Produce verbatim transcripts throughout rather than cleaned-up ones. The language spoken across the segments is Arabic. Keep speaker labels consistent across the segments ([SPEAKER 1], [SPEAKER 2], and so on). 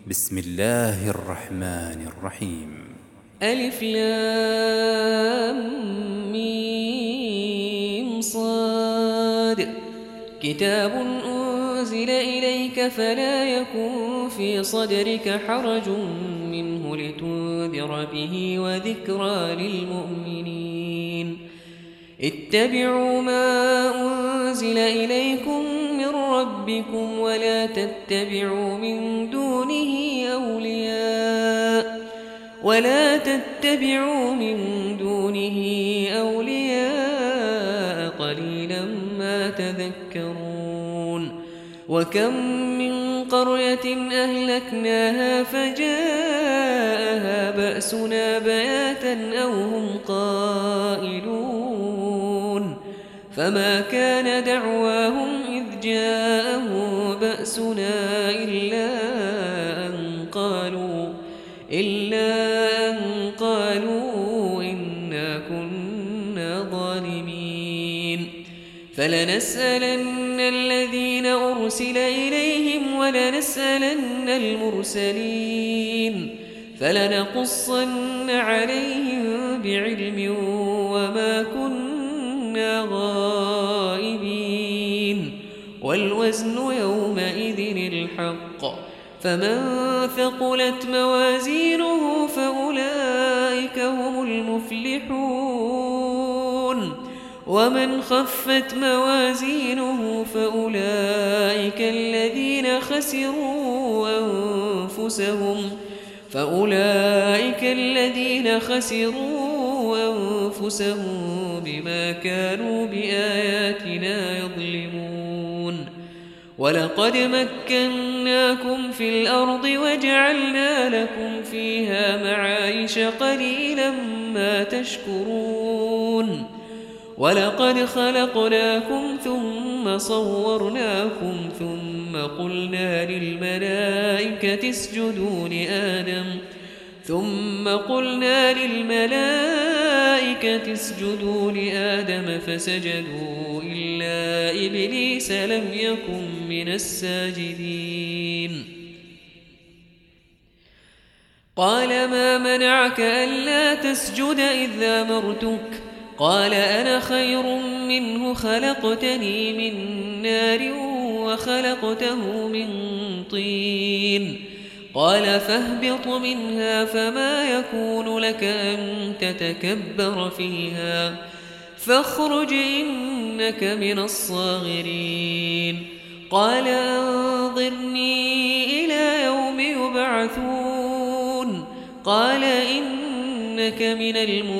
[SPEAKER 1] بسم الله الرحمن الرحيم.
[SPEAKER 2] ألف لام ميم صاد. كتاب أنزل إليك فلا يكن في صدرك حرج منه لتنذر به وذكرى للمؤمنين. اتبعوا ما أنزل إليكم من ربكم ولا تتبعوا من دونه أولياء ولا تتبعوا من دونه أولياء قليلا ما تذكرون. وكم من قرية أهلكناها فجاءها بأسنا بياتا أو هم قائلون فما كان دعواهم إذ جاءهم بأسنا إلا أن قالوا إلا أن قالوا إنا كنا ظالمين. فلنسألن الذين أرسل إليهم ولنسألن المرسلين فلنقصن عليهم بعلم وما كنا غائبين. والوزن يومئذ الحق فمن ثقلت موازينه فأولئك هم المفلحون ومن خفت موازينه فأولئك الذين خسروا أنفسهم فأولئك الذين خسروا أنفسهم بما كانوا بآياتنا يظلمون. ولقد مكناكم في الأرض وجعلنا لكم فيها معايش قليلا ما تشكرون. ولقد خلقناكم ثم صورناكم ثم قلنا للملائكة اسجدوا لآدم ثم قلنا للملائكة اسجدوا لآدم فسجدوا إلا إبليس لم يكن من الساجدين. قال ما منعك ألا تسجد إذ أمرتك؟ قال أنا خير منه خلقتني من نار وخلقته من طين. قال فاهبط منها فما يكون لك أن تتكبر فيها فاخرج إنك من الصاغرين. قال أنظرني إلى يوم يبعثون. قال إنك من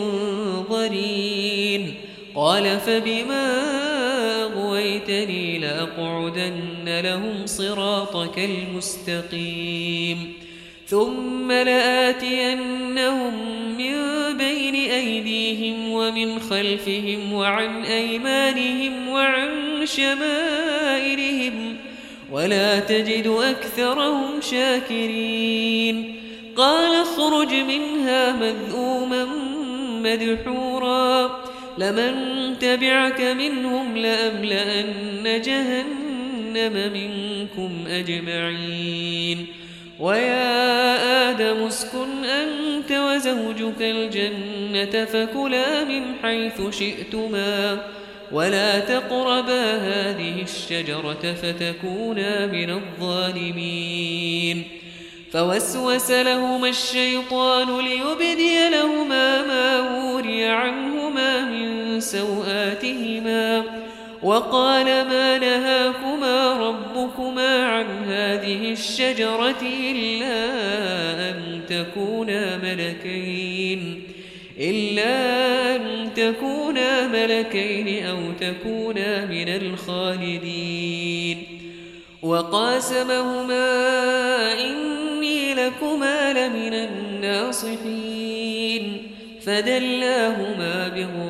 [SPEAKER 2] المنظرين. قال فبما أغويتني لأقعدن لهم صراطك المستقيم ثم لآتينهم من بين أيديهم ومن خلفهم وعن أيمانهم وعن شمائلهم ولا تجد أكثرهم شاكرين. قال اخرج منها مذءوما مدحورا لمن تبعك منهم لأملأن جهنم منكم أجمعين. ويا آدم اسكن أنت وزوجك الجنة فكلا من حيث شئتما ولا تقربا هذه الشجرة فتكونا من الظالمين. فوسوس لهما الشيطان ليبدي لهما ما وري عنهما من سوآتهما وقال ما نهاكما ربكما عن هذه الشجرة إلا أن تكونا ملكين إلا أن تكونا ملكين أو تكونا من الخالدين. وقاسمهما إني لكما لمن الناصحين فدلاهما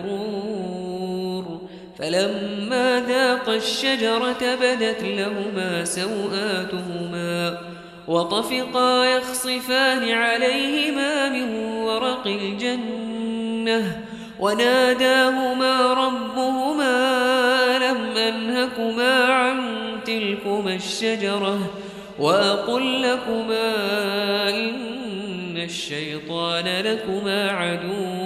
[SPEAKER 2] بغرور فلما ذاقا الشجرة بدت لهما سوآتهما وطفقا يخصفان عليهما من ورق الجنة وناداهما ربهما ألم أنهكما عن تلكما الشجرة وأقل لكما إن الشيطان لكما عدو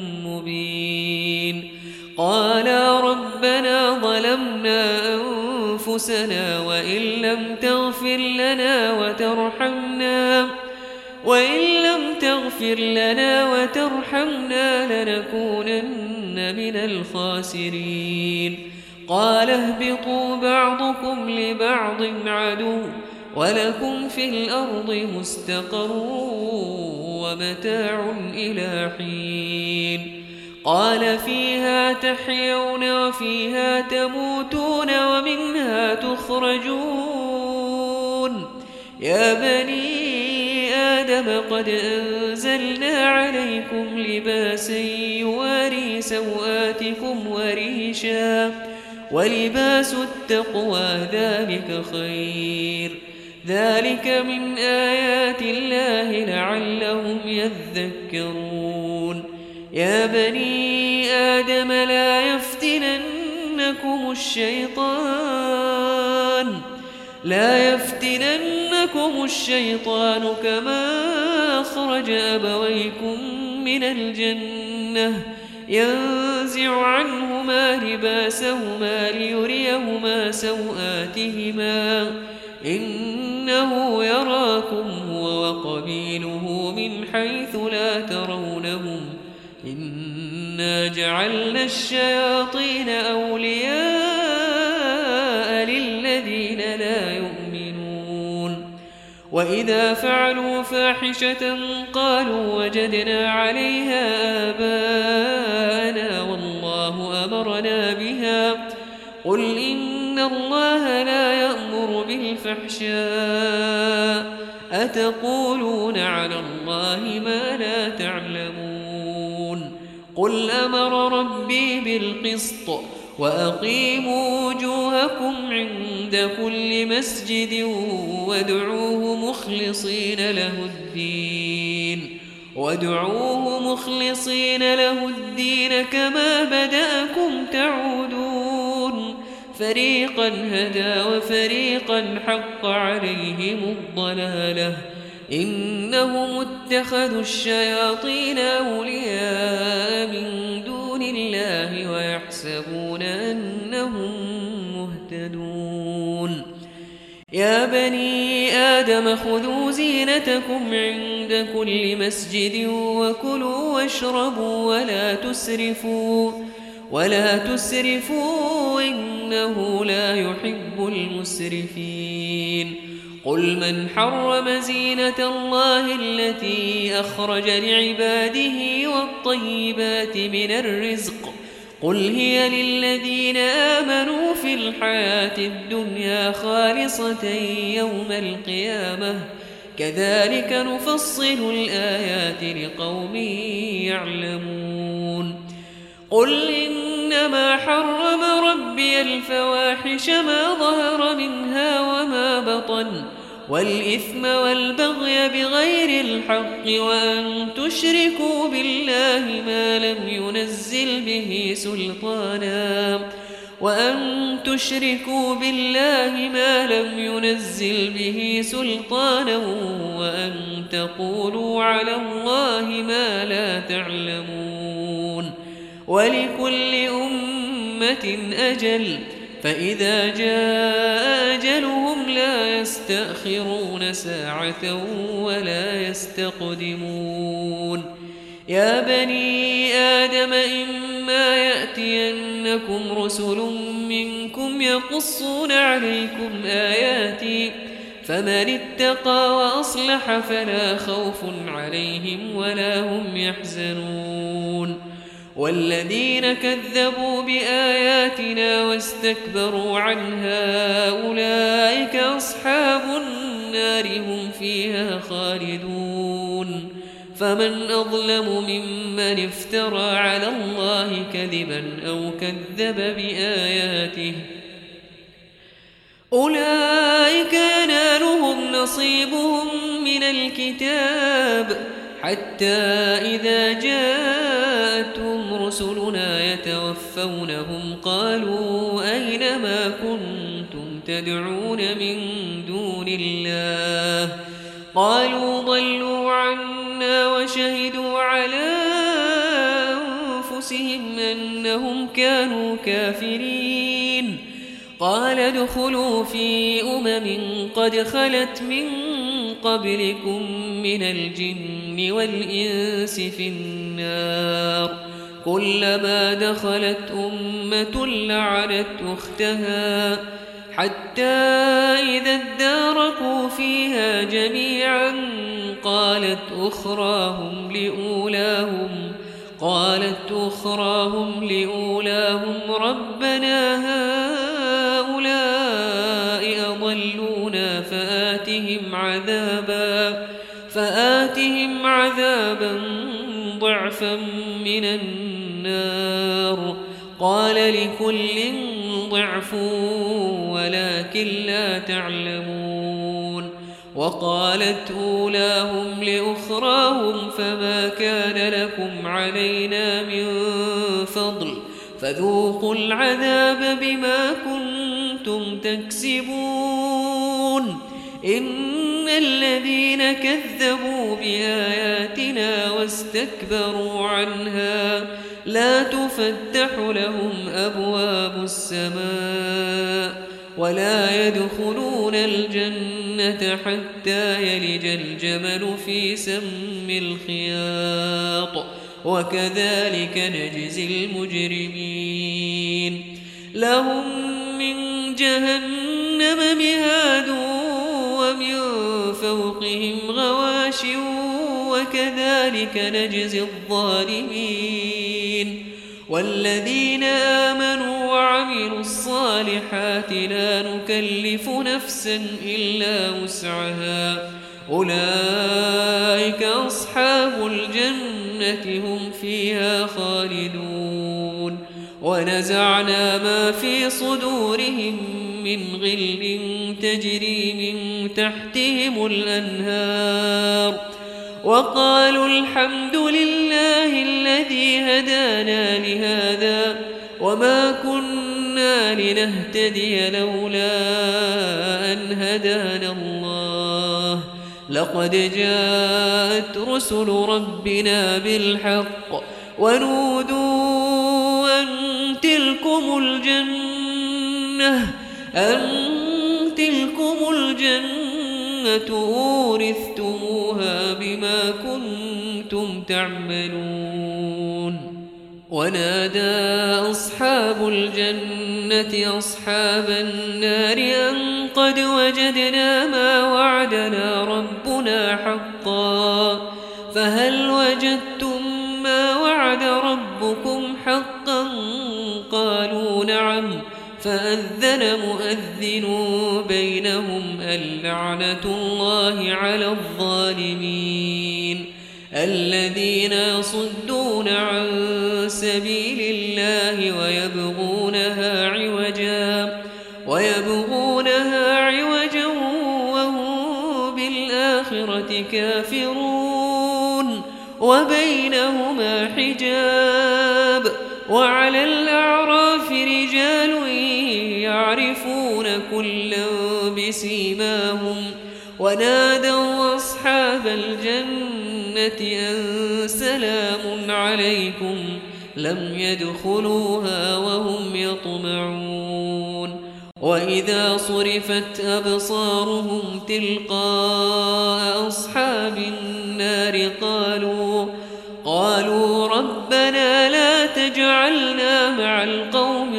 [SPEAKER 2] مبين قالا ربنا ظلمنا أنفسنا وإن لم تغفر لنا وترحمنا وإن لم تغفر لنا وترحمنا لنكونن من الخاسرين قال اهبطوا بعضكم لبعض عدو ولكم في الأرض مستقر ومتاع إلى حين قال فيها تحيون وفيها تموتون ومنها تخرجون يا بني آدم قد أنزلنا عليكم لباسا يواري سوآتكم وريشا ولباس التقوى ذلك خير ذلك من آيات الله لعلهم يذكرون يا بني آدم لا يفتننكم الشيطان لا يفتننكم الشيطان كما أخرج أبويكم من الجنة ينزع عنهما لباسهما ليريهما سوآتهما إنه يراكم هو وقبيله من حيث لا ترونهم إنا جعلنا الشياطين أولياء للذين لا يؤمنون وإذا فعلوا فاحشة قالوا وجدنا عليها آباءنا والله أمرنا بها قل إن الله لا يأمر بالفحشاء أتقولون على الله ما لا تعلمون قل أمر ربي بالقسط وأقيموا وجوهكم عند كل مسجد وادعوه مخلصين له الدين وادعوه مخلصين له الدين كما بدأكم تعودون فريقا هدى وفريقا حق عليهم الضلالة إنهم اتخذوا الشياطين أولياء من دون الله ويحسبون أنهم مهتدون يا بني آدم خذوا زينتكم عند كل مسجد وكلوا واشربوا ولا تسرفوا ولا تسرفوا إنه لا يحب المسرفين قل من حرم زينة الله التي أخرج لعباده والطيبات من الرزق قل هي للذين آمنوا في الحياة الدنيا خالصة يوم القيامة كذلك نفصل الآيات لقوم يعلمون قل إنما حرم ربي الفواحش ما ظهر منها وما بطن والإثم والبغي بغير الحق وأن تشركوا بالله ما لم ينزل به سلطانا وأن تشركوا بالله ما لم ينزل به سلطانا وأن تقولوا على الله ما لا تعلمون ولكل أمة أجل فإذا جاء أجلهم لا يستأخرون ساعة ولا يستقدمون يا بني آدم إما يأتينكم رسل منكم يقصون عليكم آياتي فمن اتقى وأصلح فلا خوف عليهم ولا هم يحزنون والذين كذبوا بآياتنا واستكبروا عنها أولئك أصحاب النار هم فيها خالدون فمن أظلم ممن افترى على الله كذبا أو كذب بآياته أولئك ينالهم نصيبهم من الكتاب حتى إذا جاءتهم رسلنا يتوفونهم قالوا أين ما كنتم تدعون من دون الله قالوا ضلوا عنا وشهدوا على أنفسهم أنهم كانوا كافرين قال ادخلوا في أمم قد خلت من قبلكم من الجن والإنس في النار كلما دخلت أمة لعنت أختها حتى إذا اداركوا فيها جميعا قالت أخراهم لأولاهم قالت أخراهم لأولاهم ربنا هؤلاء أضلونا فآتهم عذابا فآتهم عذابا ضعفا من النار قال لكل ضعف ولكن لا تعلمون وقالت أولاهم لأخراهم فما كان لكم علينا من فضل فذوقوا العذاب بما كنتم تكسبون إن الذين كذبوا بآياتنا واستكبروا عنها لا تفتح لهم أبواب السماء ولا يدخلون الجنة حتى يلج الجمل في سم الخياط وكذلك نجزي المجرمين لهم من جهنم مهاد ومن فوقهم غواش وكذلك نجزي الظالمين والذين آمنوا وعملوا الصالحات لا نكلف نفسا إلا وسعها أولئك أصحاب الجنة هم فيها خالدون ونزعنا ما في صدورهم من غل تجري من تحتهم الأنهار وقالوا الحمد لله الذي هدانا لهذا وما كنا لنهتدي لولا أن هدانا الله لقد جاءت رسل ربنا بالحق ونودوا أن تلكم الجنة أن تلكم الجنة أورثتموها بما كنتم تعملون ونادى أصحاب الجنة أصحاب النار أن قد وجدنا ما وعدنا ربنا حقا فهل وجدتم ما وعد ربكم حقا قالوا نعم فأذن مؤذن بينهم اللعنة الله على الظالمين الذين يصدون عن سبيل الله ويبغونها عوجا ويبغونها عوجا وهم بالآخرة كافرون وبينهما حجاب وعلى الأعراف رجال يعرفون كلا بسيماهم ونادوا أصحاب الجنة أن سلام عليكم لم يدخلوها وهم يطمعون وإذا صرفت أبصارهم تلقاء أصحاب النار قالوا قالوا ربنا لا تجعلنا مع القوم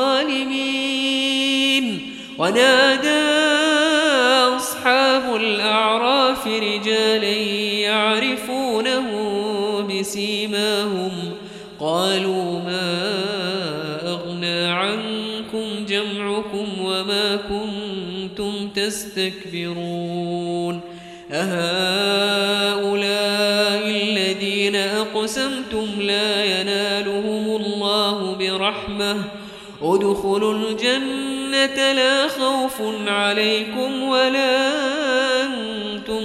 [SPEAKER 2] الظالمين ونادى أصحاب الأعراف رجالا يعرفونه بسيماهم قالوا ما أغنى عنكم جمعكم وما كنتم تستكبرون أهؤلاء الذين أقسمتم لا ينالهم الله برحمة ادخلوا الجنة لا خوف عليكم ولا أنتم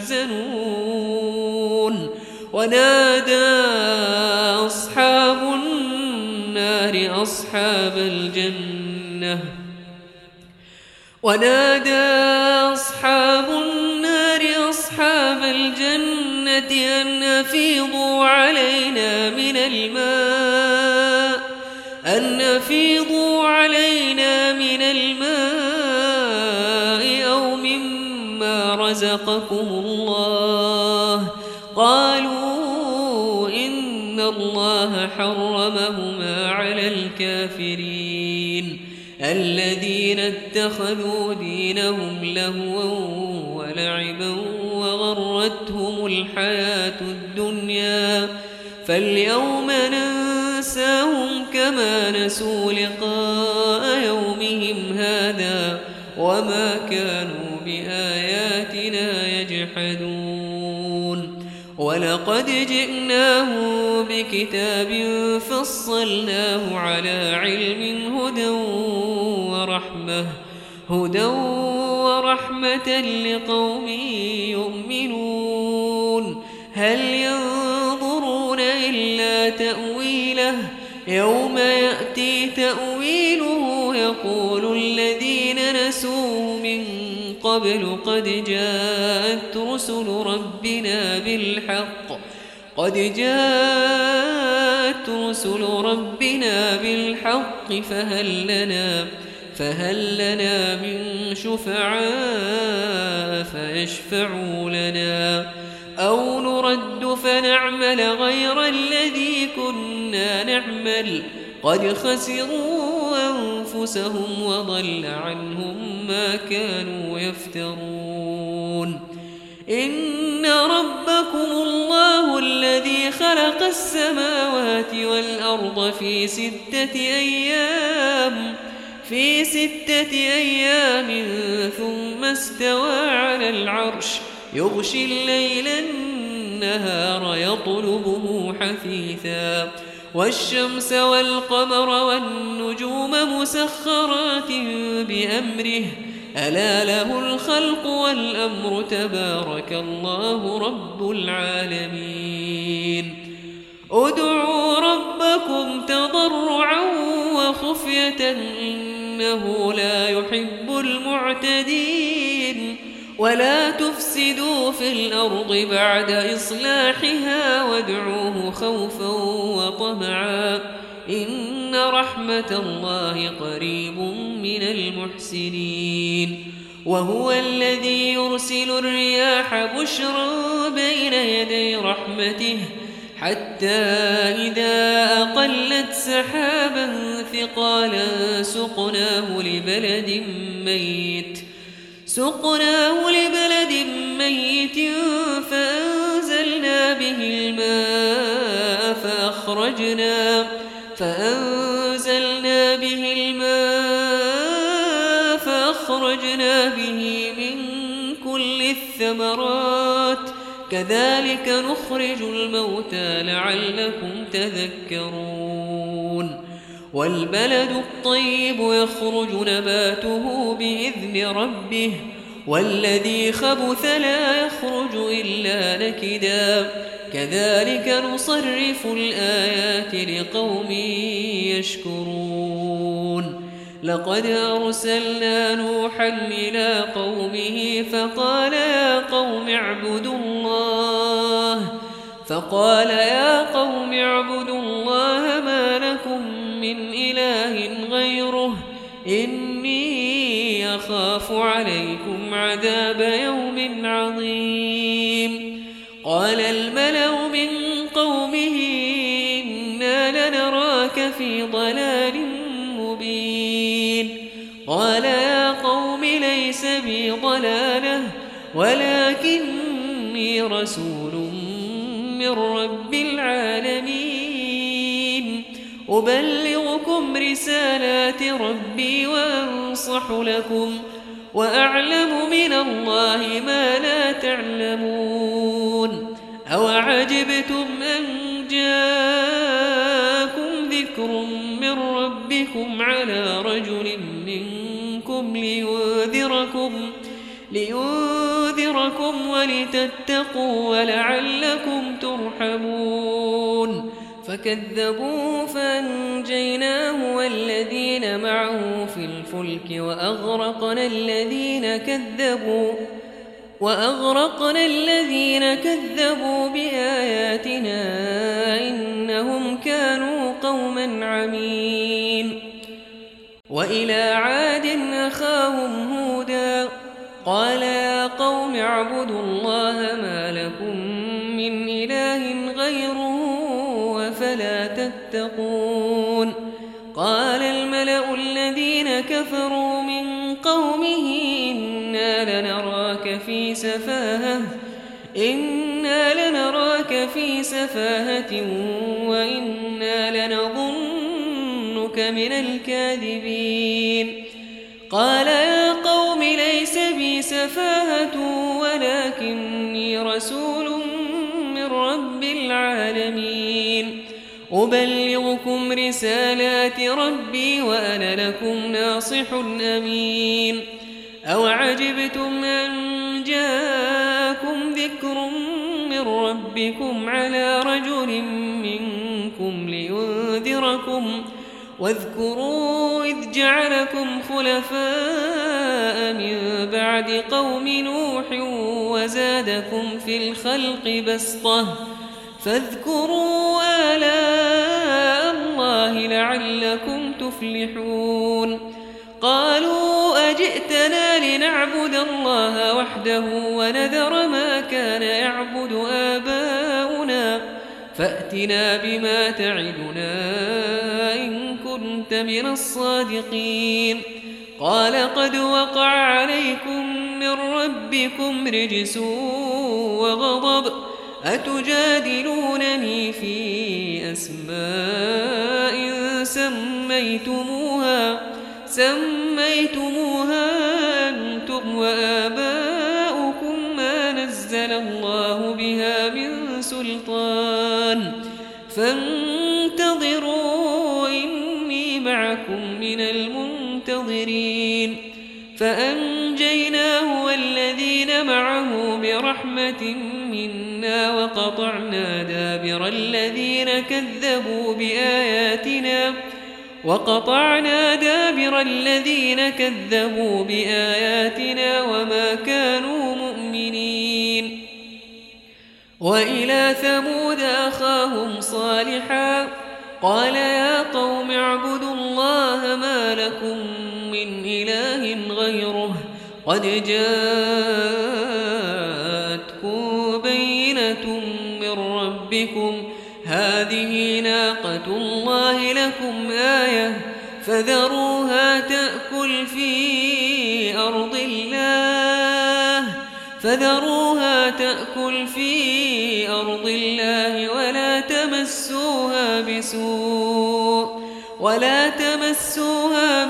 [SPEAKER 2] تحزنون ونادى أصحاب النار أصحاب الجنة ونادى أصحاب النار أصحاب الجنة أن أفيضوا علينا من الماء أن أفيضوا علينا من الماء أو مما رزقكم الله قالوا إن الله حرمهما على الكافرين الذين اتخذوا دينهم لهوا ولعبا وغرتهم الحياة الدنيا فاليوم ننساهم كما نسوا لقاء يومهم هذا وما كانوا بآياتنا يجحدون ولقد جئناهم بكتاب فصلناه على علم هدى ورحمة هدى ورحمة لقوم يؤمنون هل ينظرون إلا تأويله يوم يأتي تأويله يقول الذين نسوه من قبل قد جاءت رسل ربنا بالحق قد جاءت رسل ربنا بالحق فهل لنا فهل لنا من شفعاء فيشفعوا لنا أو نرد فنعمل غير الذي كنا نعمل قد خسروا أنفسهم وضل عنهم ما كانوا يفترون إن ربكم الله الذي خلق السماوات والأرض في ستة أيام في ستة أيام ثم استوى على العرش يغشي الليل النهار يطلبه حثيثا والشمس والقمر والنجوم مسخرات بأمره ألا له الخلق والأمر تبارك الله رب العالمين ادعوا ربكم تضرعا وخفية إنه لا يحب المعتدين ولا تفسدوا في الأرض بعد إصلاحها وادعوه خوفا وطمعا إن رحمة الله قريب من المحسنين وهو الذي يرسل الرياح بشرا بين يدي رحمته حتى إذا أقلت سحابا ثقالا سقناه لبلد ميت سقناه لبلد ميت فأنزلنا به الماء فأخرجنا فأنزلنا به الماء فأخرجنا به من كل الثمرات كذلك نخرج الموتى لعلكم تذكرون والبلد الطيب يخرج نباته بإذن ربه والذي خبث لا يخرج إلا نكدا كذلك نصرف الآيات لقوم يشكرون لقد أرسلنا نوحا إلى قومه فقال يا قوم اعبدوا الله فقال يا قوم اعبدوا الله ما لكم من إله غيره إني أخاف عليكم عذاب يوم عظيم قال الملأ من قومه إنا لنراك في ضلال مبين قال يا قوم ليس بي ضلالة ولكني رسول من رب العالمين أبلغكم رسالات ربي وأنصح لكم وأعلم من الله ما لا تعلمون أوعجبتم أن جاءكم ذكر من ربكم على رجل منكم لينذركم لينذركم ولتتقوا ولعلكم ترحمون فكذبوه فأنجيناه والذين معه في الفلك وأغرقنا الذين كذبوا وأغرقنا الذين كذبوا بآياتنا إنهم كانوا قوما عمين. وإلى عاد أخاهم هودا قال يا قوم اعبدوا الله ما لكم من إله غيره أفلا تتقون. قال الملأ الذين كفروا من قومه إنا لنراك في سفاهة إنا لنراك في سفاهة وإنا لنظنك من الكاذبين. قال يا قوم ليس بي سفاهة ولكني رسول من رب العالمين أبلغكم رسالات ربي وأنا لكم ناصح أمين. أوعجبتم أن جاءكم ذكر من ربكم على رجل منكم لينذركم واذكروا إذ جعلكم خلفاء من بعد قوم نوح وزادكم في الخلق بسطة فاذكروا آلاء الله لعلكم تفلحون. قالوا أجئتنا لنعبد الله وحده ونذر ما كان يعبد آباؤنا فأتنا بما تعدنا إن كنت من الصادقين. قال قد وقع عليكم من ربكم رجس وغضب أتجادلونني في أسماء سميتموها سميتموها أنتم وآباؤكم ما نزل الله بها من سلطان فانتظروا إني معكم من المنتظرين. فأنجيناه والذين معه برحمة منا وقطعنا دابر الذين كذبوا بآياتنا وقطعنا دابر الذين كذبوا بآياتنا وما كانوا مؤمنين. وإلى ثمود أخاهم صالحا قال يا قوم اعبدوا الله ما لكم من إله غيره قد جاءتكم بينة من ربكم هذه ناقة الله لكم آية فذروها تأكل في أرض الله فذروها تأكل في أرض الله ولا تمسوها بسوء ولا تمسوها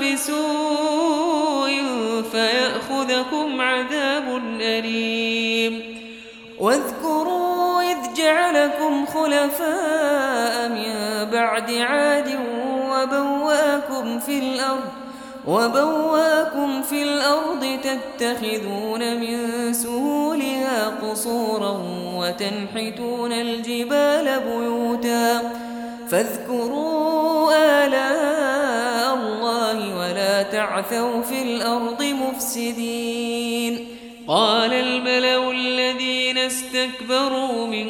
[SPEAKER 2] بسوء فيأخذكم عذاب أليم. واذكروا إذ جعلكم خلفاء من بعد عاد وبواكم في الأرض وبواكم في الأرض تتخذون من سهولها قصورا وتنحتون الجبال بيوتا فاذكروا آلاء الله ولا تعثوا في الأرض مفسدين. قال الملأ الذين استكبروا من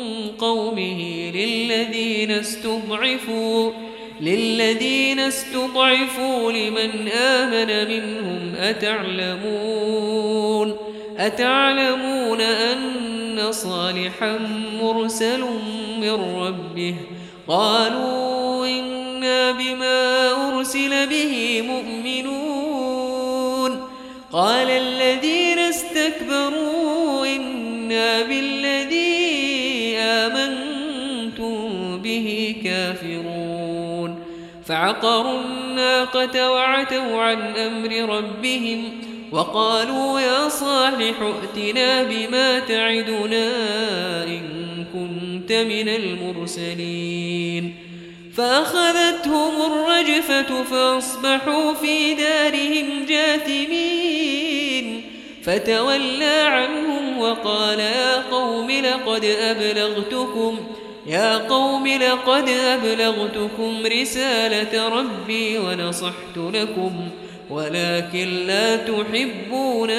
[SPEAKER 2] قومه للذين استضعفوا للذين استضعفوا لمن آمن منهم أتعلمون أتعلمون أن صالحا مرسل من ربه قالوا إنا بما أرسل به مؤمنون. قال الذين استكبروا إنا بالذي آمنتم به كافرون. فعقروا الناقة وعتوا عن أمر ربهم وقالوا يا صالح ائتنا بما تعدنا إن كنت من المرسلين. فأخذتهم الرجفة فأصبحوا في دارهم جاثمين فتولى عنهم وقال يا قوم لقد أبلغتكم يا قوم لقد أبلغتكم رسالة ربي ونصحت لكم ولكن لا تحبون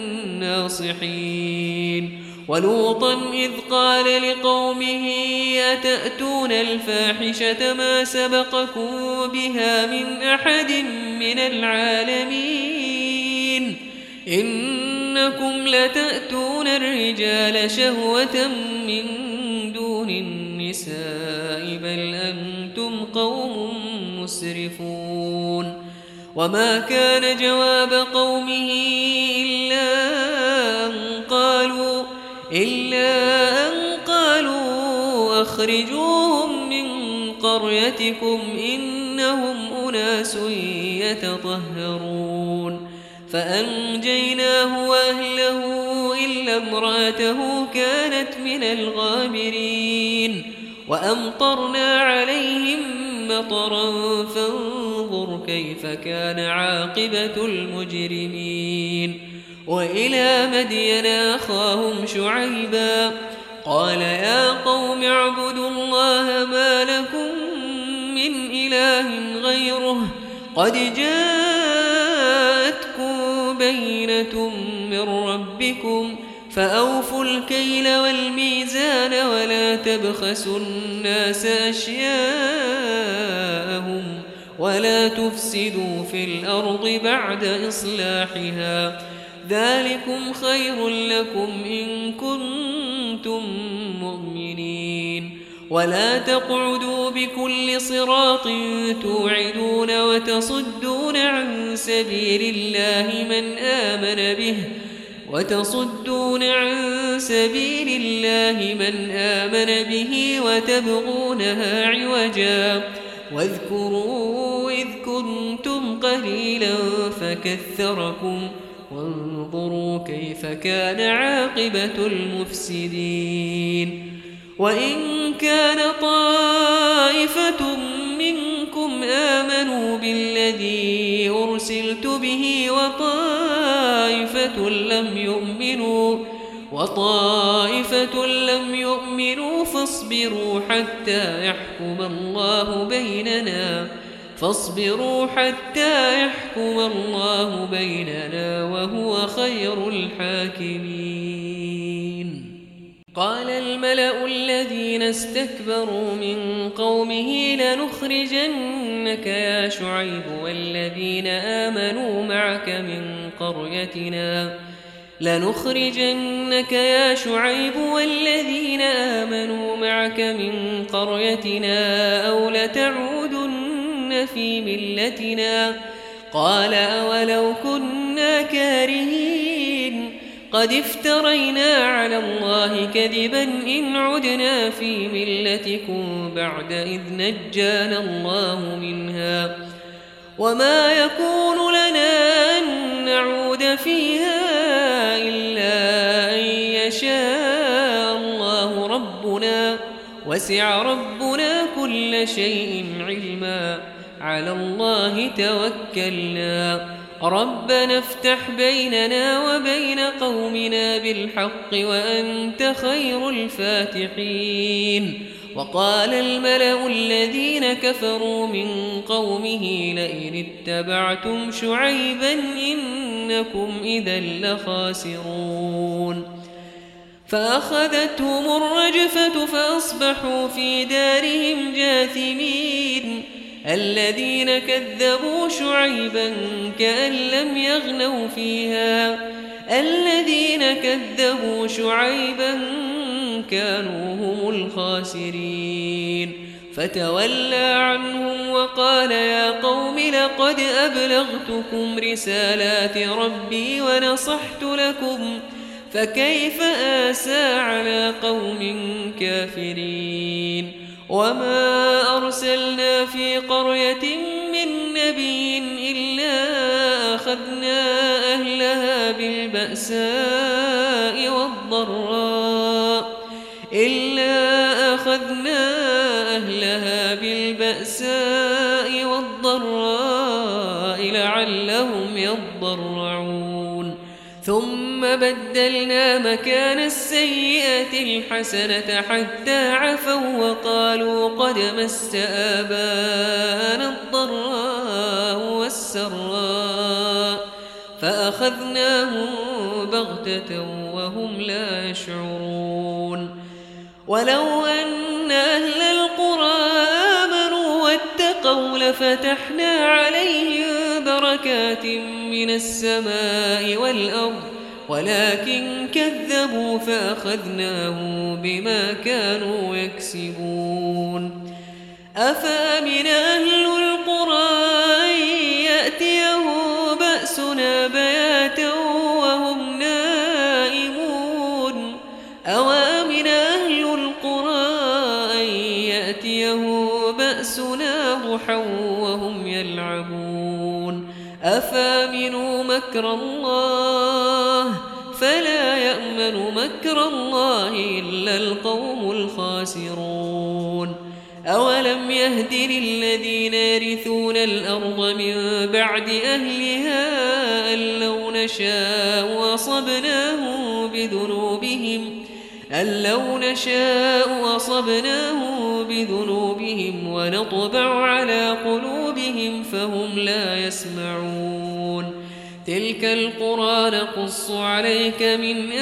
[SPEAKER 2] الناصحين ولوطا إذ قال لقومه أتأتون الفاحشة ما سبقكم بها من أحد من العالمين إنكم لتأتون الرجال شهوة من دون النساء بل أنتم قوم مسرفون وما كان جواب قومه إلا أن قالوا إلا أن قالوا أخرجوهم من قريتكم إنهم أناس يتطهرون فأنجيناه وأهله إلا امرأته كانت من الغابرين وأمطرنا عليهم مطرا فانظر كيف كان عاقبة المجرمين وإلى مدين أخاهم شعيبا قال يا قوم اعبدوا الله ما لكم من إله غيره قد جاءتكم بينة من ربكم فأوفوا الكيل والميزان ولا تبخسوا الناس أشياءهم ولا تفسدوا في الأرض بعد إصلاحها ذلكم خير لكم إن كنتم مؤمنين ولا تقعدوا بكل صراط توعدون وتصدون عن سبيل الله من آمن به وتصدون عن سبيل الله من آمن به وتبغونها عوجا واذكروا إذ كنتم قليلا فكثركم وانظروا كيف كان عاقبة المفسدين وإن كان طائفة منكم آمنوا بالذي أرسلت به وطائفة لم يؤمنوا وطائفة لم يؤمنوا فاصبروا حتى يحكم الله بيننا فاصبروا حتى يحكم الله بيننا وهو خير الحاكمين قال الملأ الذين استكبروا من قومه لنخرجنك يا شعيب والذين آمنوا معك من قريتنا لنخرجنك يا شعيب والذين آمنوا معك من قريتنا أو لتعودن في ملتنا قال أولو كنا كارهين قد افترينا على الله كذبا إن عدنا في ملتكم بعد إذ نجانا الله منها وما يكون لنا أن نعود فيها إلا أن يشاء الله ربنا وسع ربنا كل شيء علما على الله توكلنا ربنا افتح بيننا وبين قومنا بالحق وأنت خير الفاتحين وقال الملأ الذين كفروا من قومه لئن اتبعتم شعيبا إنكم إذا لخاسرون فأخذتهم الرجفة فأصبحوا في دارهم جاثمين الذين كذبوا شعيبا كأن لم يغنوا فيها الذين كذبوا شعيبا كانوا هم الخاسرين فتولى عنهم وقال يا قوم لقد أبلغتكم رسالات ربي ونصحت لكم فكيف آسى على قوم كافرين وما أرسلنا في قرية من نبي إلا أخذنا أهلها بالبأساء والضراء إلا أخذنا أهلها بالبأساء والضراء لعلهم يضرعون ثم بدلنا مكان السيئة الحسنة حتى عفوا وقالوا قد مس آباءنا الضراء والسراء فأخذناهم بغتة وهم لا يشعرون ولو أن أهل القرى آمنوا واتقوا لفتحنا عليهم بركات من السماء والأرض ولكن كذبوا فأخذناهم بما كانوا يكسبون أفأمن أهل القرى أن يأتيهم بأسنا بياتا وهم نائمون أوأمن أهل القرى أن يأتيهم بأسنا ضحى وهم يلعبون أفأمنوا مكر الله فلا يأمن مكر الله إلا القوم الخاسرون أولم يهد للذين يرثون الأرض من بعد أهلها أن لو نشاء أصبناهم بذنوبهم أن لو نشاء أصبناهم بذنوبهم ونطبع على قلوبهم فهم لا يسمعون تلك القرى نقص عليك من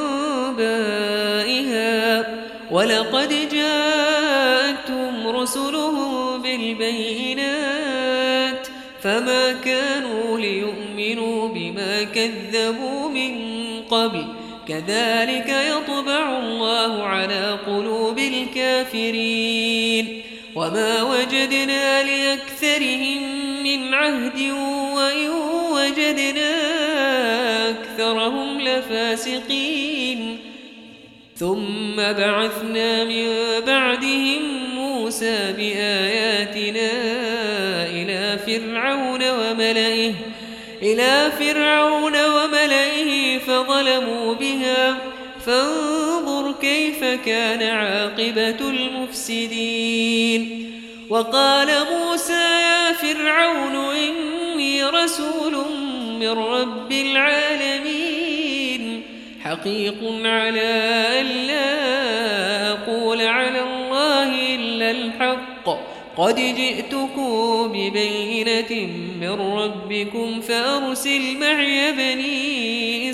[SPEAKER 2] أنبائها ولقد جاءتهم رسلهم بالبينات فما كانوا ليؤمنوا بما كذبوا من قبل كذلك يطبع الله على قلوب الكافرين وما وجدنا لأكثرهم من عهد وإن وجدنا أكثرهم لفاسقين ثم بعثنا من بعدهم موسى بآياتنا إلى فرعون وملئه إلى فرعون وملئه فظلموا بها فانظر كيف كان عاقبة المفسدين وقال موسى يا فرعون إني رسول من رب العالمين حقيق على أن لا أقول على الله إلا الحق قد جئتكم ببينة من ربكم فأرسل معي بني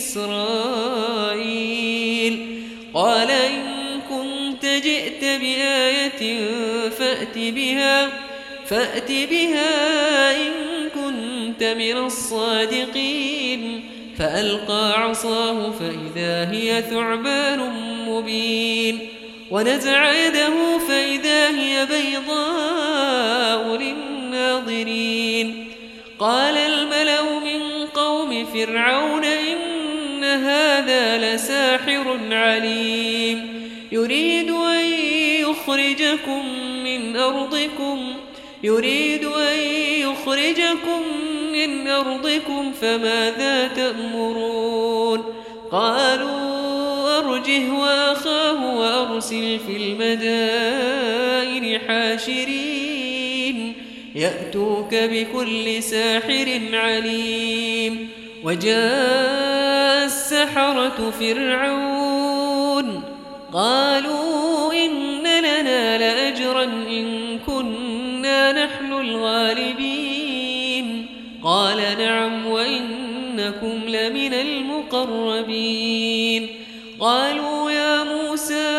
[SPEAKER 2] إسرائيل قال إن كنت جئت بآية فأت بها فأت بها إن كنت من الصادقين فألقى عصاه فإذا هي ثعبان مبين ونزع يده فإذا هي بيضاء للناظرين قال الملأ من قوم فرعون إن هذا لساحر عليم يريد أن يخرجكم من أرضكم يريد أن يخرجكم من أرضكم فماذا تأمرون قالوا أرجه وأخاه وأرسل في المدائن حاشرين يأتوك بكل ساحر عليم وجاء السحرة فرعون قالوا إن لنا لأجرا إن كنا نحن الغالبين قال نعم وإنكم لمن المقربين قالوا يا موسى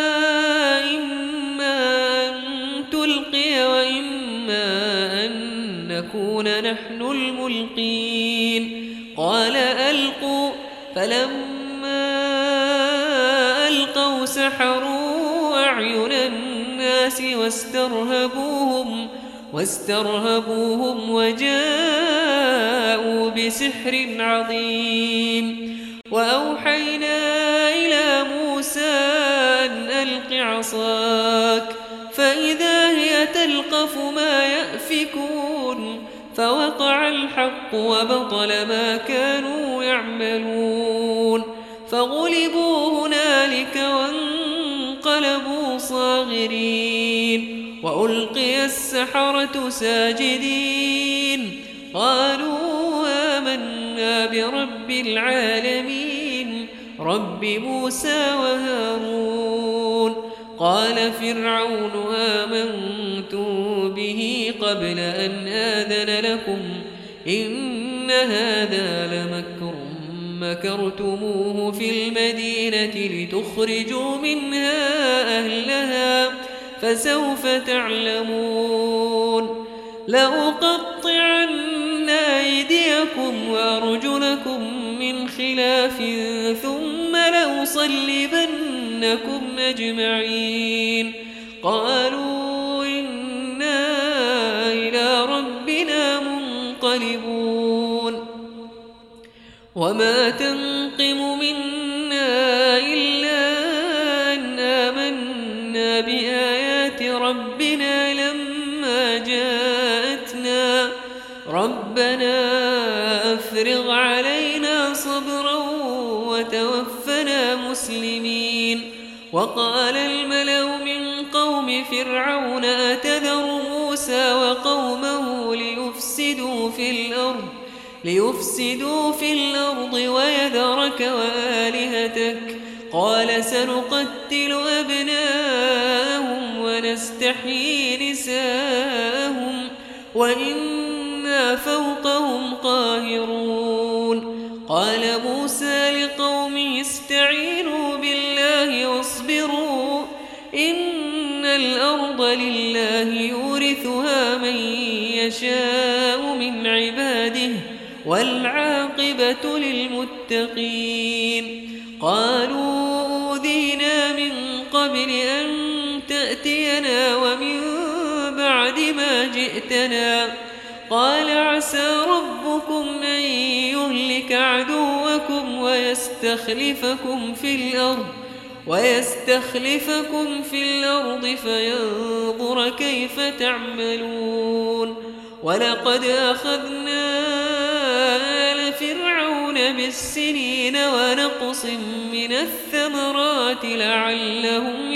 [SPEAKER 2] إما أن تلقي وإما أن نكون نحن الملقين قال ألقوا فلما ألقوا سحروا أعين الناس واسترهبوهم واسترهبوهم وجاءوا بسحر عظيم وأوحينا إلى موسى أن ألق عصاك فإذا هي تلقف ما يأفكون فوقع الحق وبطل ما كانوا يعملون فغلبوا هنالك وانقلبوا صاغرين وألقي السحرة ساجدين قالوا آمنا برب العالمين رب موسى وهارون قال فرعون آمنتم به قبل أن آذن لكم إن هذا لمكر مكرتموه في المدينة لتخرجوا منها أهلها فسوف تعلمون لأقطعن أيديكم وأرجلكم من خلاف ثم لأصلبنكم أجمعين قالوا إنا إلى ربنا منقلبون وما تنقم منا إلا أن آمنا بآيات ربنا لما جاءتنا ربنا أفرغ علينا صبرا وتوفنا مسلمين وقال الملأ من قوم فرعون أتذر موسى وقومه ليفسدوا في الأرض ليفسدوا في الأرض ويذرك وآلهتك قال سنقتل أبناءهم ونستحيي نساءهم وإنا فوقهم قاهرون قال موسى لقومه استعينوا بالله واصبروا إن الأرض لله يورثها من يشاء من عباده والعاقبة للمتقين قالوا أوذينا من قبل أن تأتينا ومن بعد ما جئتنا قال عسى ربكم أن يهلك عدوكم ويستخلفكم في الأرض ويستخلفكم في الأرض فينظر كيف تعملون ولقد أخذنا آل فرعون بالسنين ونقص من الثمرات لعلهم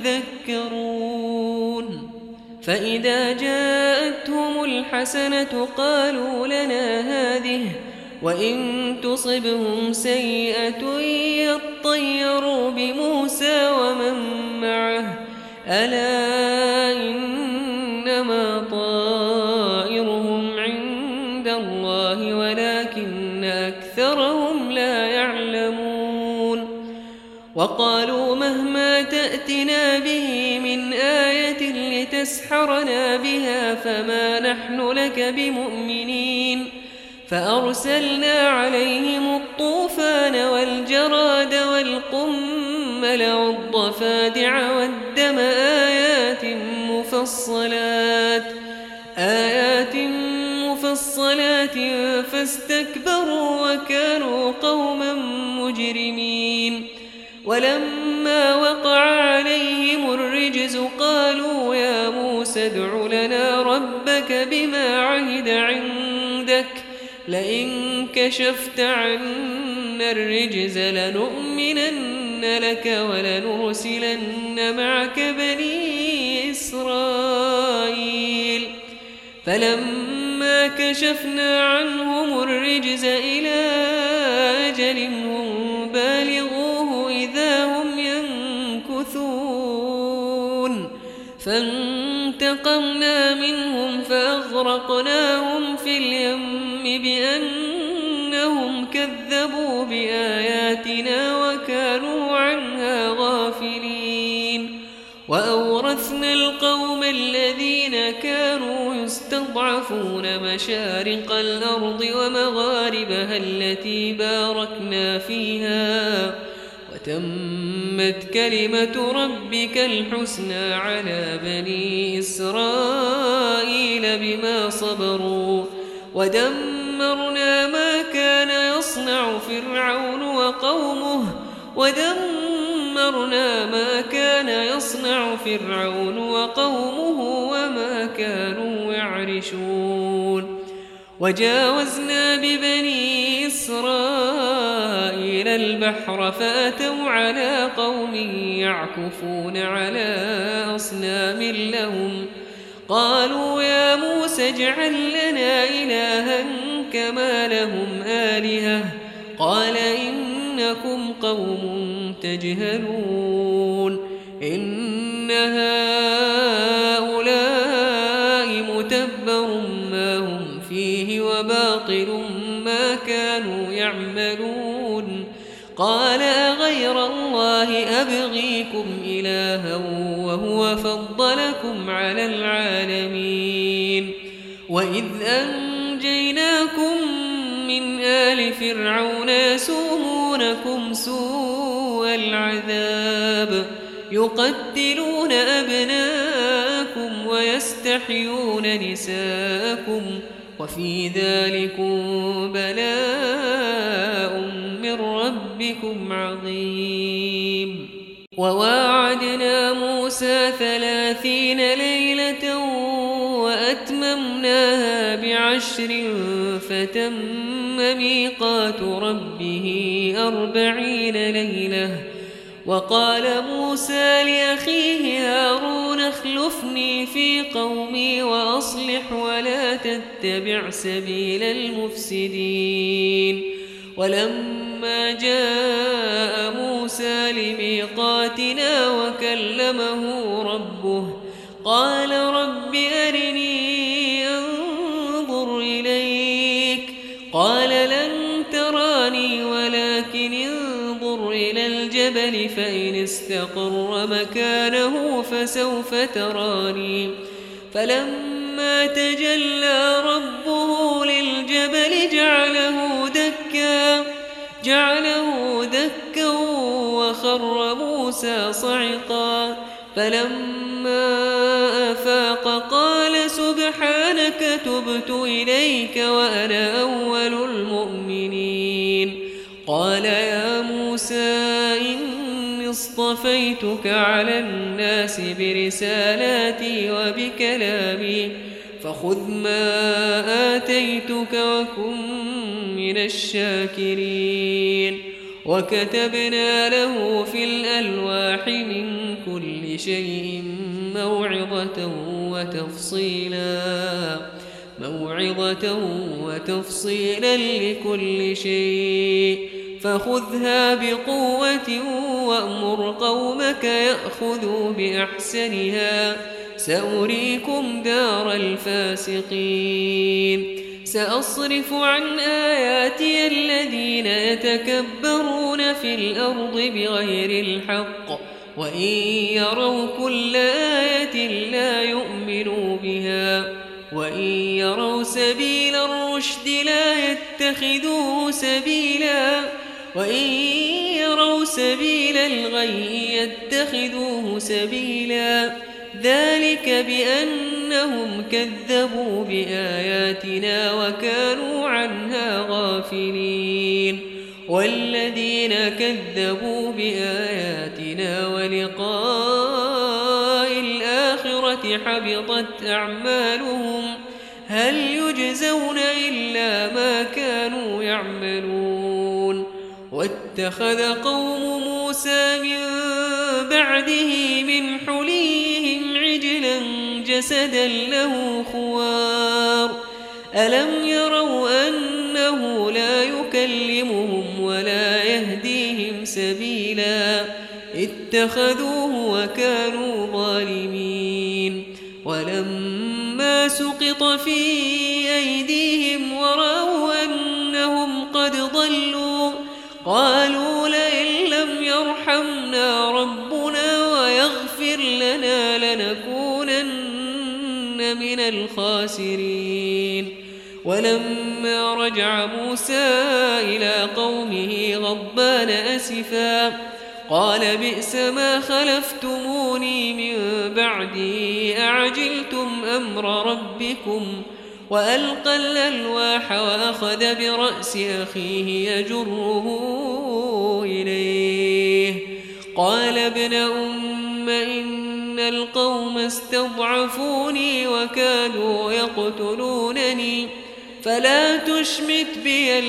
[SPEAKER 2] يذكرون فإذا جاءتهم الحسنة قالوا لنا هذه وإن تصبهم سيئة يطيروا بموسى ومن معه ألا إنما طائرهم عند الله ولكن أكثرهم لا يعلمون وقالوا مهما تأتنا به من آية لتسحرنا بها فما نحن لك بمؤمنين فأرسلنا عليهم الطوفان والجراد والقمل والضفادع والدم آيات مفصلات آيات مفصلات فاستكبروا وكانوا قوما مجرمين ولما وقع عليهم الرجز قالوا يا موسى ادع لنا ربك بما عهد عندك لئن كشفت عنا الرجز لنؤمنن لك ولنرسلن معك بني إسرائيل فلما كشفنا عنهم الرجز إلى أجل هم بالغوه إذا هم ينكثون فانتقمنا منهم فأغرقناهم في اليم بأنهم كذبوا بآياتنا وكانوا عنها غافلين وأورثنا القوم الذين كانوا يستضعفون مشارق الأرض ومغاربها التي باركنا فيها وتمت كلمة ربك الحسنى على بني إسرائيل بما صبروا ودمرنا ما كان يصنع فرعون وقومه ودمرنا ما كان يصنع فرعون وقومه وما كانوا يعرشون وجاوزنا ببني إسرائيل البحر فأتوا على قوم يعكفون على أصنام لهم قالوا يا موسى اجعل لنا إلها كما لهم آلهة قال إن إنكم قوم تجهلون إن هؤلاء متبر ما هم فيه وباطل ما كانوا يعملون قال أغير الله أبغيكم إلها وهو فضلكم على العالمين وإذ أنجيناكم من آل فرعون يسومونكم سوء العذاب يقتلون أبناءكم ويستحيون نساءكم وفي ذلكم بلاء من ربكم عظيم وواعدنا موسى ثلاثين ليلة وأتممناها بعشر فتم ميقات ربه أربعين ليلة وقال موسى لأخيه هارون اخلفني في قومي وأصلح ولا تتبع سبيل المفسدين ولما جاء موسى لميقاتنا وكلمه ربه قال رب أرني أنظر إليك قال لن تراني ولكن انظر إلى الجبل فإن استقر مكانه فسوف تراني فلما تجلى ربه للجبل جعله دكا جعله دكا وخر موسى صعقا فلما أفاق قال سبحانك تبت إليك وأنا أول المؤمنين قال يا موسى إني اصطفيتك على الناس برسالاتي وبكلامي فخذ ما آتيتك وكن من الشاكرين وكتبنا له في الألواح من كل شيء موعظة وتفصيلا موعظة وتفصيلا لكل شيء فخذها بقوة وأمر قومك يأخذوا بأحسنها سأريكم دار الفاسقين سأصرف عن آياتي الذين يتكبرون في الأرض بغير الحق وإن يروا كل آية لا يؤمنوا بها وإن يروا سبيل الرشد لا يتخذوه سبيلا وإن يروا سبيل الغي يتخذوه سبيلا ذلك بأنهم كذبوا بآياتنا وكانوا عنها غافلين والذين كذبوا بآياتنا ولقاء الآخرة حبطت أعمالهم هل يجزون إلا ما كانوا يعملون واتخذ قوم موسى من بعده من حليهم عجلا جسدا له خوار ألم يروا أنه لا يكلمهم ولا يهديهم سبيلا اتخذوه وكانوا ظالمين ولما سقط في أيديهم ورأوا أنهم قد ضلوا قالوا لئن لم يرحمنا ربنا ويغفر لنا لنكونن من الخاسرين ولما رجع موسى إلى قومه غضبان أسفا قال بئس ما خلفتموني من بعدي أعجلتم أمر ربكم وألقى الألواح وأخذ برأس أخيه يجره إليه قال ابن أم إن القوم استضعفوني وكادوا يقتلونني فلا تشمت بي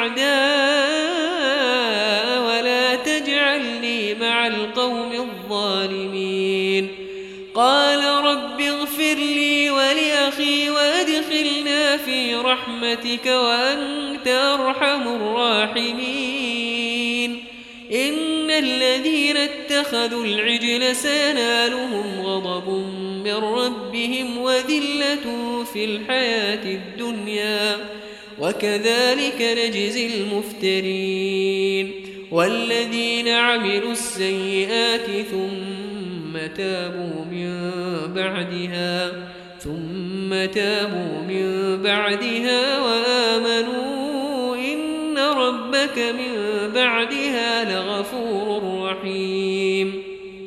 [SPEAKER 2] الأعداء ولا تجعلني مع القوم الظالمين قال رب اغفر لي ولأخي وأدخلنا في رحمتك وأنت أرحم الراحمين إن الذين اتخذوا العجل سينالهم غضب من ربهم وذلة في الحياة الدنيا وكذلك نجزي المفترين والذين عملوا السيئات ثم تابوا من بعدها ثم تابوا من بعدها وآمنوا إن ربك من بعدها لغفور رحيم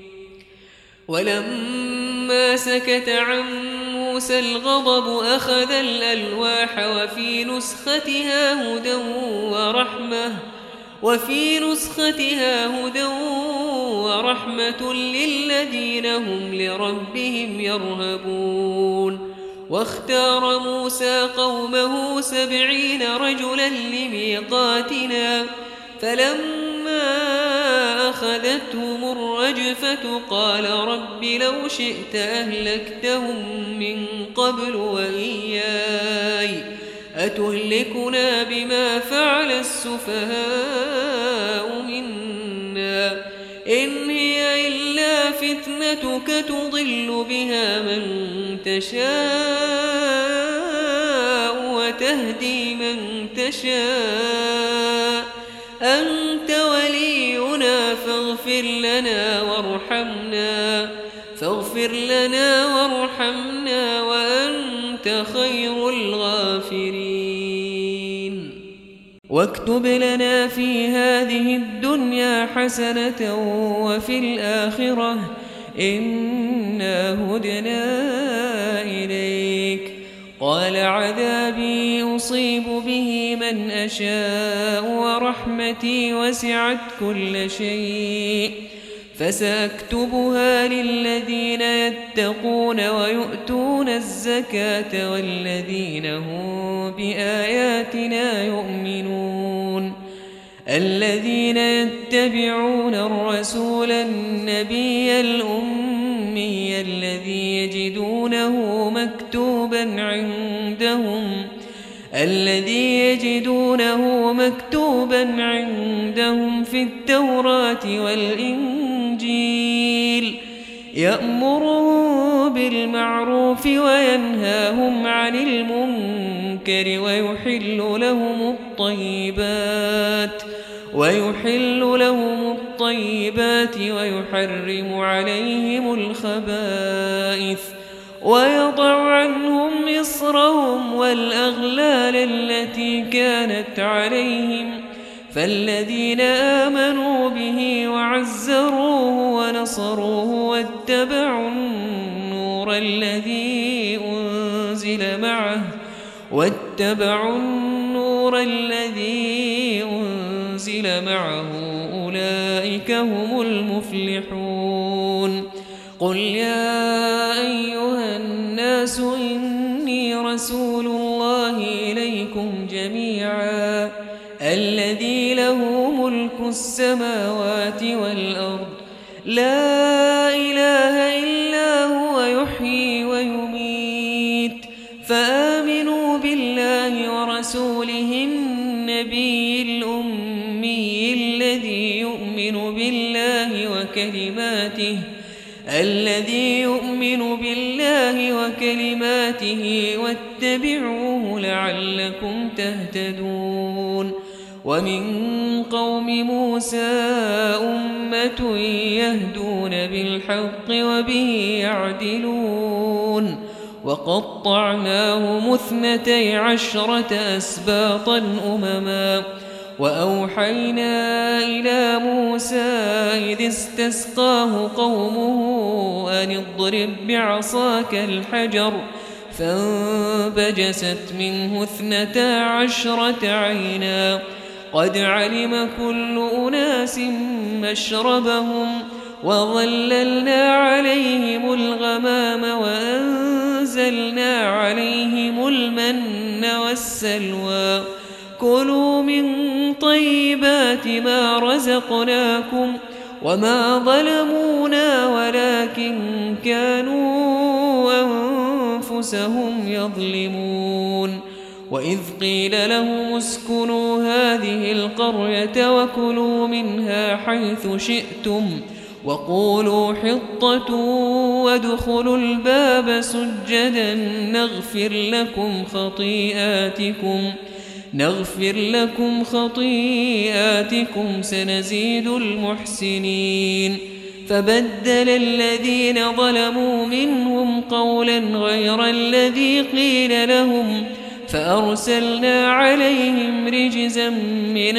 [SPEAKER 2] ولما سكت عن موسى الغضب أخذ الألواح وفي نسختها هدى ورحمة وفي نسختها هدى ورحمة للذين هم لربهم يرهبون واختار موسى قومه سبعين رجلا لميقاتنا فلما أخذتهم الرجفة قال رب لو شئت أهلكتهم من قبل وإياي أتهلكنا بما فعل السفهاء منا إن هي إلا فتنتك تضل بها من تشاء وتهدي من تشاء أنت ولينا فاغفر لنا وارحمنا فاغفر لنا وارحمنا وأنت خير الغافرين واكتب لنا في هذه الدنيا حسنة وفي الآخرة إنا هدنا إليك قال عذابي أصيب به من أشاء ورحمتي وسعت كل شيء فسأكتبها للذين يتقون ويؤتون الزكاة والذين هم بآياتنا يؤمنون الذين يتبعون الرسول النبي الأمي الذي يجدونه مكتوبا عندهم الذي يجدونه مكتوبا عندهم في التوراة والإنجيل يأمرهم بالمعروف وينهاهم عن المنكر ويحل لهم الطيبات ويحل لهم الطيبات ويحرم عليهم الخبائث ويضع عنهم إصرهم والأغلال التي كانت عليهم فالذين آمنوا به وعزروه ونصروه واتبعوا النور الذي أنزل معه واتبعوا النور الذي أنزل معه أولئك هم المفلحون قل يا أيها الناس إني رسول الله إليكم جميعا الذي له ملك السماوات والأرض لا إله إلا هو يحيي ويميت فآمنوا بالله ورسوله النبي الأمي الذي يؤمن بالله وكلماته الذي يؤمن بالله وكلماته واتبعوه لعلكم تهتدون ومن قوم موسى أمة يهدون بالحق وبه يعدلون وقطعناهم اثنتي عشرة أسباطا أمما وأوحينا إلى موسى إذ استسقاه قومه أن اضرب بعصاك الحجر فانبجست منه اثنتا عشرة عينا قد علم كل أناس مشربهم وظللنا عليهم الغمام وأنزلنا عليهم المن والسلوى كلوا من طيبات ما رزقناكم وما ظلمونا ولكن كانوا أنفسهم يظلمون وإذ قيل لهم اسكنوا هذه القرية وكلوا منها حيث شئتم وقولوا حطة وادخلوا الباب سجدا نغفر لكم خطيئاتكم نغفر لكم خطيئاتكم سنزيد المحسنين فبدل الذين ظلموا منهم قولا غير الذي قيل لهم فأرسلنا عليهم رجزا من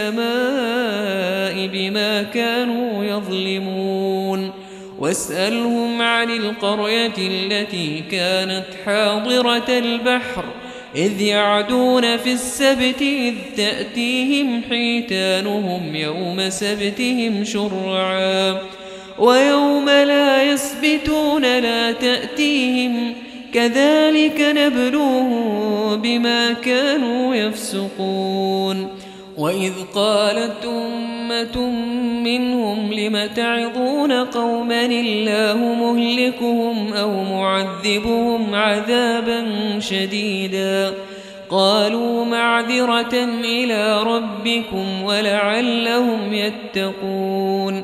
[SPEAKER 2] السماء بما كانوا يظلمون واسألهم عن القرية التي كانت حاضرة البحر إذ يعدون في السبت إذ تأتيهم حيتانهم يوم سبتهم شرعا ويوم لا يسبتون لا تأتيهم كذلك نبلوهم بما كانوا يفسقون وإذ قالت أمة منهم لم تعظون قوما الله مهلكهم أو معذبهم عذابا شديدا قالوا معذرة إلى ربكم ولعلهم يتقون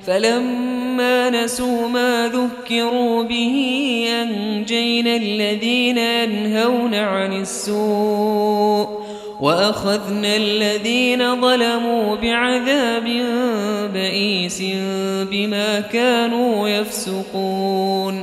[SPEAKER 2] فلما نسوا ما ذكروا به أنجينا الذين ينهون عن السوء وأخذنا الذين ظلموا بعذاب بئيس بما كانوا يفسقون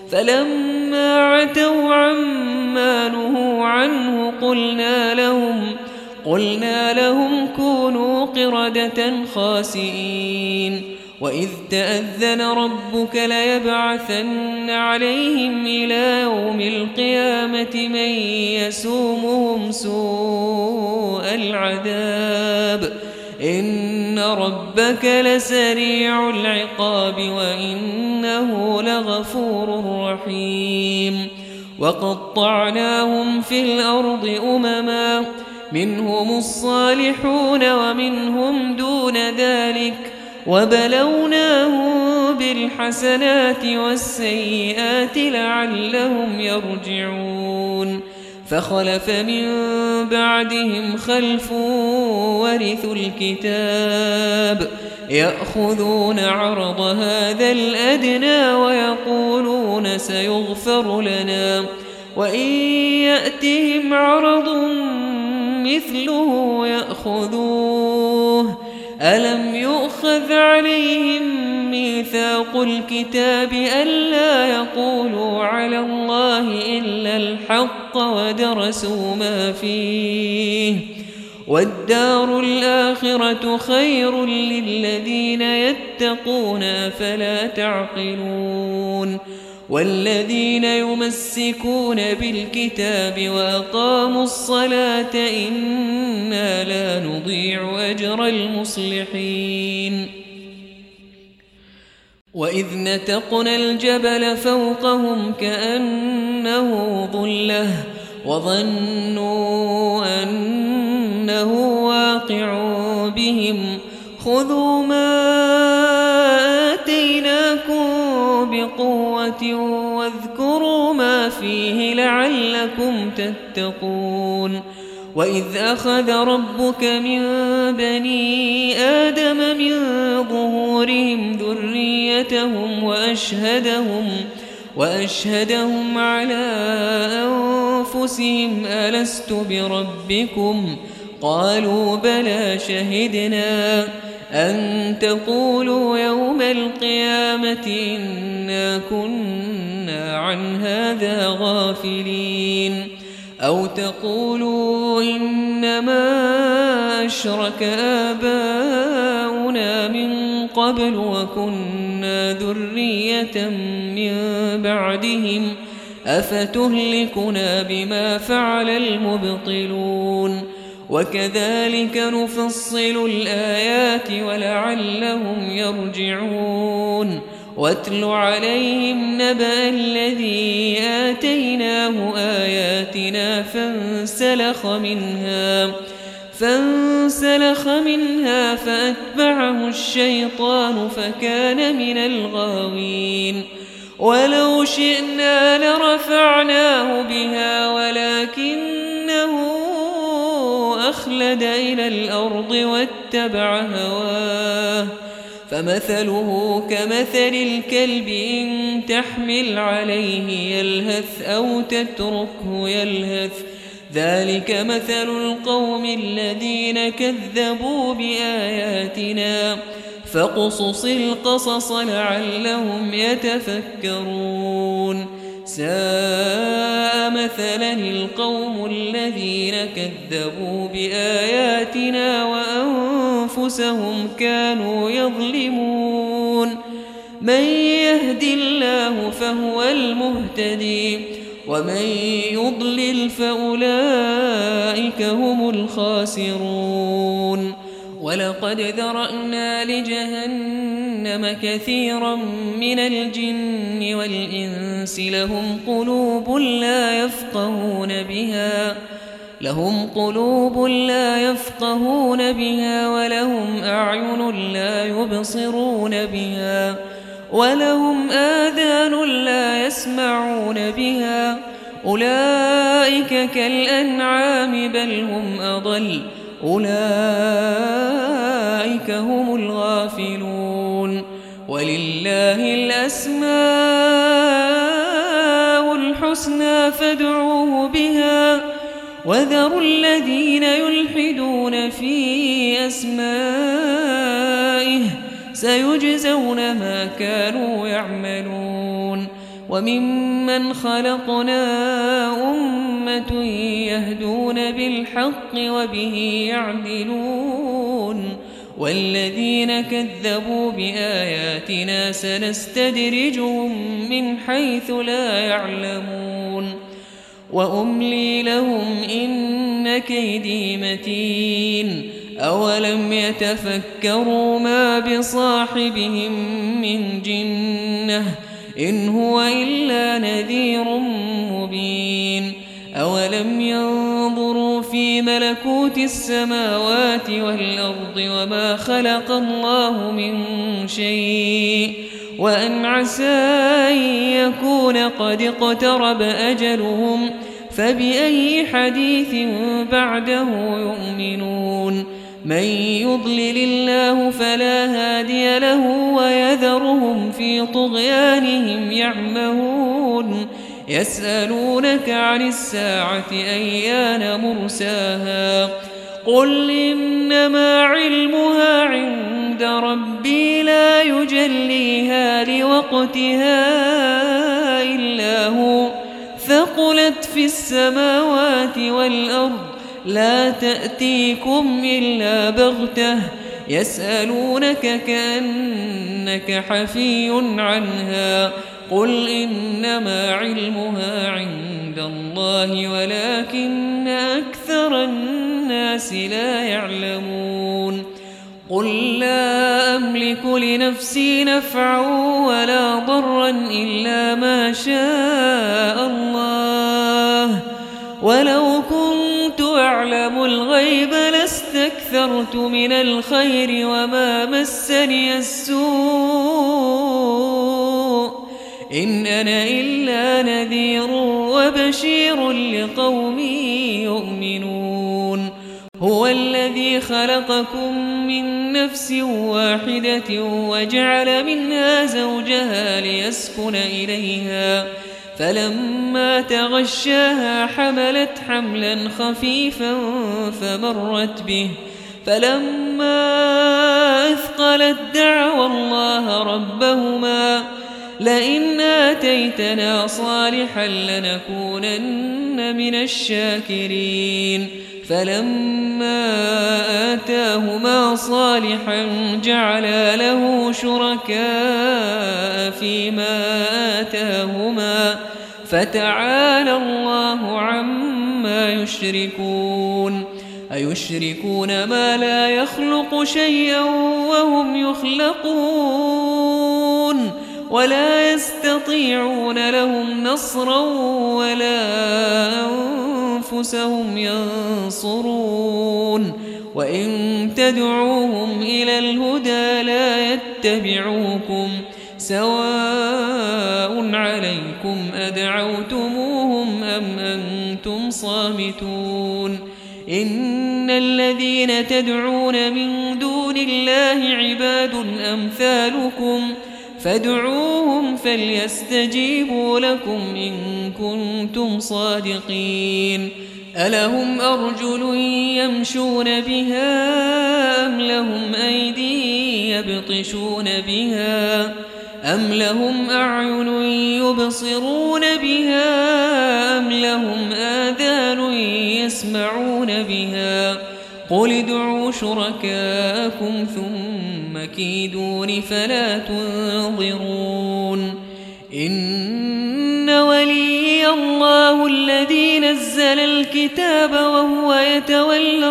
[SPEAKER 2] فلما عتوا عما نهوا عنه قلنا لهم قلنا لهم كونوا قردة خاسئين وإذ تأذن ربك ليبعثن عليهم إلى يوم القيامة من يسومهم سوء العذاب إن ربك لسريع العقاب وإنه لغفور رحيم وقطعناهم في الأرض أمما منهم الصالحون ومنهم دون ذلك وبلوناهم بالحسنات والسيئات لعلهم يرجعون فخلف من بعدهم خلف ورثوا الكتاب يأخذون عرض هذا الأدنى ويقولون سيغفر لنا وإن يأتهم عرض مثله يأخذوه ألم يؤخذ عليهم ميثاق الكتاب ألا يقولوا على الله إلا الحق ودرسوا ما فيه والدار الآخرة خير للذين يتقون فلا تعقلون والذين يمسكون بالكتاب وأقاموا الصلاة إنا لا نضيع أجر المصلحين وإذ نتقنا الجبل فوقهم كأنه ظلة وظنوا أنه واقع بهم خذوا ما آتيناكم بقوة واذكروا ما فيه لعلكم تتقون وإذ أخذ ربك من بني آدم من ظهورهم ذريتهم وأشهدهم وأشهدهم على أنفسهم ألست بربكم قالوا بلى شهدنا أن تقولوا يوم القيامة إنا كنا عن هذا غافلين أو تقولوا إنما أشرك آباؤنا من قبل وكنا ذرية من بعدهم أفتهلكنا بما فعل المبطلون وكذلك نفصل الآيات ولعلهم يرجعون واتل عليهم نبأ الذي آتيناه آياتنا فانسلخ منها فانسلخ منها فأتبعه الشيطان فكان من الغاوين ولو شئنا لرفعناه بها ولكنه أخلد إلى الأرض واتبع هواه فمثله كمثل الكلب إن تحمل عليه يلهث أو تتركه يلهث ذلك مثل القوم الذين كذبوا بآياتنا فاقصص القصص لعلهم يتفكرون ساء مثلا القوم الذين كذبوا بآياتنا وأنفسهم كانوا يظلمون من يهد الله فهو المهتدي ومن يضلل فأولئك هم الخاسرون ولقد ذرأنا لجهنم كثيرا من الجن والإنس لهم قلوب لا يفقهون بها لهم قلوب لا يفقهون بها ولهم أعين لا يبصرون بها ولهم آذان لا يسمعون بها أولئك كالأنعام بل هم أضل أولئك هم الغافلون ولله الأسماء الحسنى فادعوه بها وذروا الذين يلحدون في أسمائه سيجزون ما كانوا يعملون وممن خلقنا أمة يهدون بالحق وبه يعدلون والذين كذبوا بآياتنا سنستدرجهم من حيث لا يعلمون وأملي لهم إن كيدي متين أولم يتفكروا ما بصاحبهم من جنة إن هو إلا نذير مبين أولم ينظروا في ملكوت السماوات والأرض وما خلق الله من شيء وأن عسى أن يكون قد اقترب أجلهم فبأي حديث بعده يؤمنون من يضلل الله فلا هادي له ويذرهم في طغيانهم يعمهون يسألونك عن الساعة أيان مرساها قل إنما علمها عند ربي لا يجليها لوقتها إلا هو ثقلت في السماوات والأرض لا تأتيكم إلا بغتة يسألونك كأنك حفي عنها قل إنما علمها عند الله ولكن أكثر الناس لا يعلمون قل لا أملك لنفسي نفعا ولا ضرا إلا ما شاء الله ولو كنت أعلم الغيب لاستكثرت من الخير وما مسني السوء إن أنا إلا نذير وبشير لقوم يؤمنون هو الذي خلقكم من نفس واحدة وجعل منها زوجها ليسكن إليها فلما تغشاها حملت حملا خفيفا فمرت به فلما أثقلت دعوا الله ربهما لئن آتيتنا صالحا لنكونن من الشاكرين فلما آتاهما صالحا جعلا له شركاء فيما آتاهما فتعالى الله عما يشركون أيشركون ما لا يخلق شيئا وهم يخلقون ولا يستطيعون لهم نصرا ولا أنفسهم ينصرون وإن تدعوهم إلى الهدى لا يتبعوكم سواء عليكم أدعوتموهم أم أنتم صامتون إن الذين تدعون من دون الله عباد أمثالكم فادعوهم فليستجيبوا لكم إن كنتم صادقين ألهم أرجل يمشون بها أم لهم أيدي يبطشون بها أم لهم أعين يبصرون بها أم لهم آذان يسمعون بها قل ادعوا شركاءكم ثم كيدون فلا تنظرون إن ولي الله الذي نزل الكتاب وهو يتولى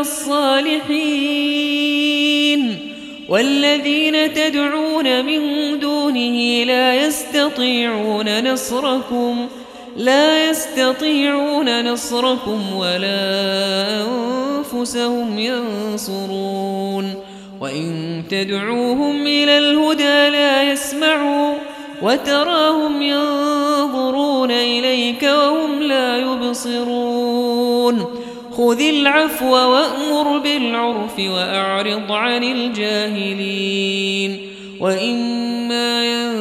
[SPEAKER 2] الصالحين والذين تدعون من دونه لا يستطيعون نصركم لا يستطيعون نصركم ولا أنفسهم ينصرون وإن تدعوهم إلى الهدى لا يسمعوا وتراهم ينظرون إليك وهم لا يبصرون خذ العفو وأمر بالعرف وأعرض عن الجاهلين وإما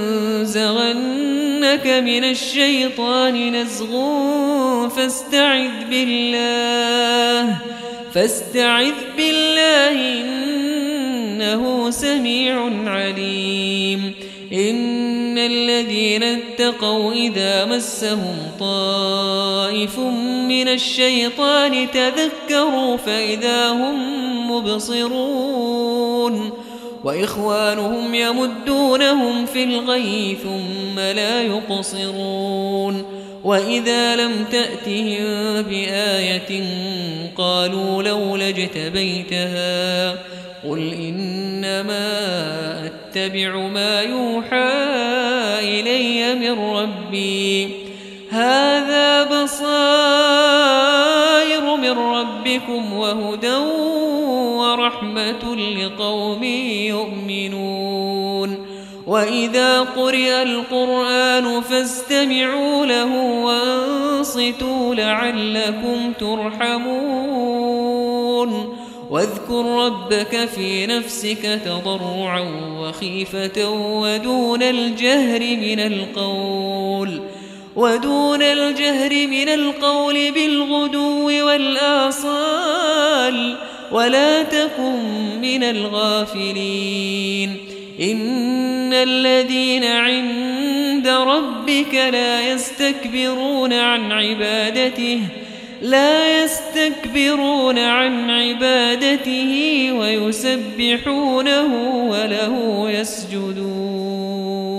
[SPEAKER 2] ينزغنك من الشيطان نزغ فاستعذ بالله فاستعذ بالله إنه سميع عليم إن الذين اتقوا إذا مسهم طائف من الشيطان تذكروا فإذا هم مبصرون وإخوانهم يمدونهم في الغي ثم لا يقصرون وإذا لم تأتهم بآية قالوا لولا اجتبيتها قل إنما أتبع ما يوحى إلي من ربي هذا بصائر من ربكم وهدى ورحمة لقوم يؤمنون وإذا قرئ القرآن فاستمعوا له وانصتوا لعلكم ترحمون واذكر ربك في نفسك تضرعا وخيفة ودون الجهر من القول ودون الجهر من القول بالغدو والآصال ولا تكن من الغافلين إن الذين عند ربك لا يستكبرون عن عبادته لا يستكبرون عن عبادته ويسبحونه وله يسجدون